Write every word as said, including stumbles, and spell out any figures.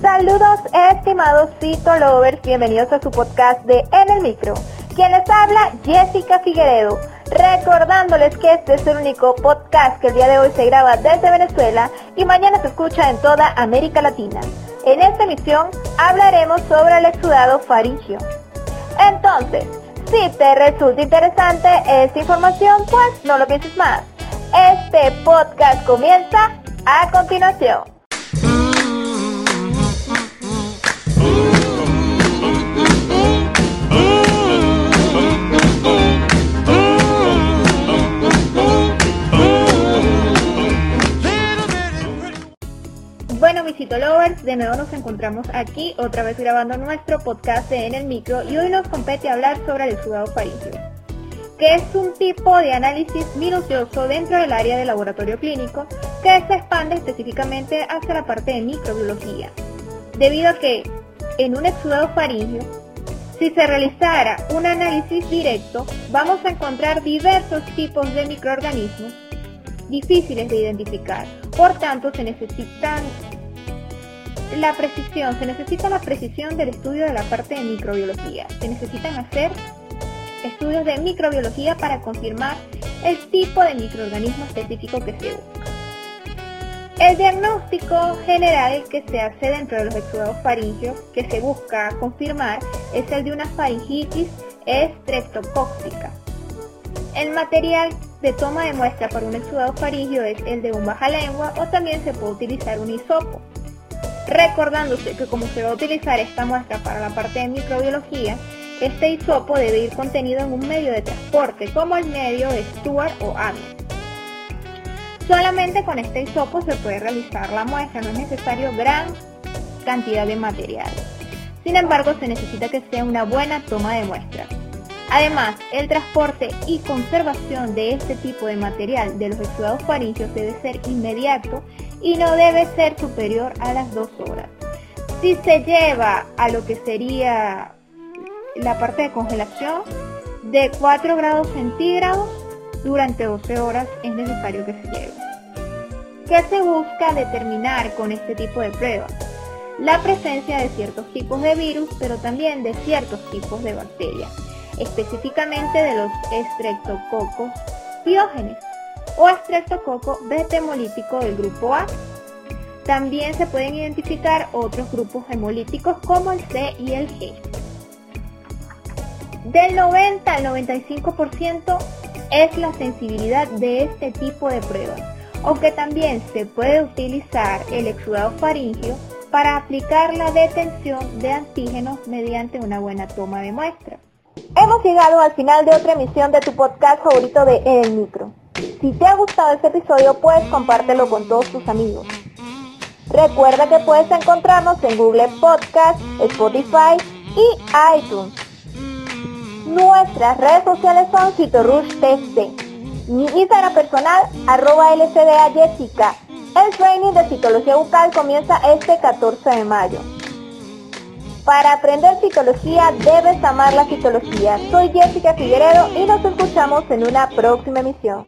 Saludos estimados citolovers, bienvenidos a su podcast de En el Micro. Quien les habla, Jessica Figueredo, recordándoles que este es el único podcast que el día de hoy se graba desde Venezuela y mañana se escucha en toda América Latina. En esta emisión hablaremos sobre el exudado faríngeo. Entonces, si te resulta interesante esta información, pues no lo pienses más. Este podcast comienza a continuación. Bueno, mis citolovers, de nuevo nos encontramos aquí, otra vez grabando nuestro podcast de En el Micro, y hoy nos compete hablar sobre el exudado faríngeo, que es un tipo de análisis minucioso dentro del área de laboratorio clínico que se expande específicamente hacia la parte de microbiología, debido a que en un exudado faríngeo, si se realizara un análisis directo, vamos a encontrar diversos tipos de microorganismos difíciles de identificar. Por tanto, se necesitan la precisión, se necesita la precisión del estudio de la parte de microbiología. Se necesitan hacer estudios de microbiología para confirmar el tipo de microorganismo específico que se busca. El diagnóstico general que se hace dentro de los exudados faringios que se busca confirmar es el de una faringitis estreptocócica. El material de toma de muestra para un exudado faríngeo es el de un bajalengua, o también se puede utilizar un hisopo. Recordándose que como se va a utilizar esta muestra para la parte de microbiología, este hisopo debe ir contenido en un medio de transporte, como el medio de Stuart o Amiens. Solamente con este hisopo se puede realizar la muestra, no es necesario gran cantidad de material. Sin embargo, se necesita que sea una buena toma de muestra. Además, el transporte y conservación de este tipo de material de los exudados faríngeos debe ser inmediato y no debe ser superior a las dos horas. Si se lleva a lo que sería la parte de congelación, de cuatro grados centígrados durante doce horas es necesario que se lleve. ¿Qué se busca determinar con este tipo de pruebas? La presencia de ciertos tipos de virus, pero también de ciertos tipos de bacterias, específicamente de los Streptococcus pyogenes o Streptococcus beta hemolítico del grupo A. También se pueden identificar otros grupos hemolíticos como el C y el G. Del noventa al noventa y cinco por ciento es la sensibilidad de este tipo de pruebas, aunque también se puede utilizar el exudado faríngeo para aplicar la detención de antígenos mediante una buena toma de muestra. Hemos llegado al final de otra emisión de tu podcast favorito de En el Micro. Si te ha gustado este episodio, pues compártelo con todos tus amigos. Recuerda que puedes encontrarnos en Google Podcast, Spotify y iTunes. Nuestras redes sociales son CitoRushTC. Mi Instagram personal, arroba LCDAJessica. El training de citología bucal comienza este catorce de mayo. Para aprender citología debes amar la citología. Soy Jessica Figueredo y nos escuchamos en una próxima emisión.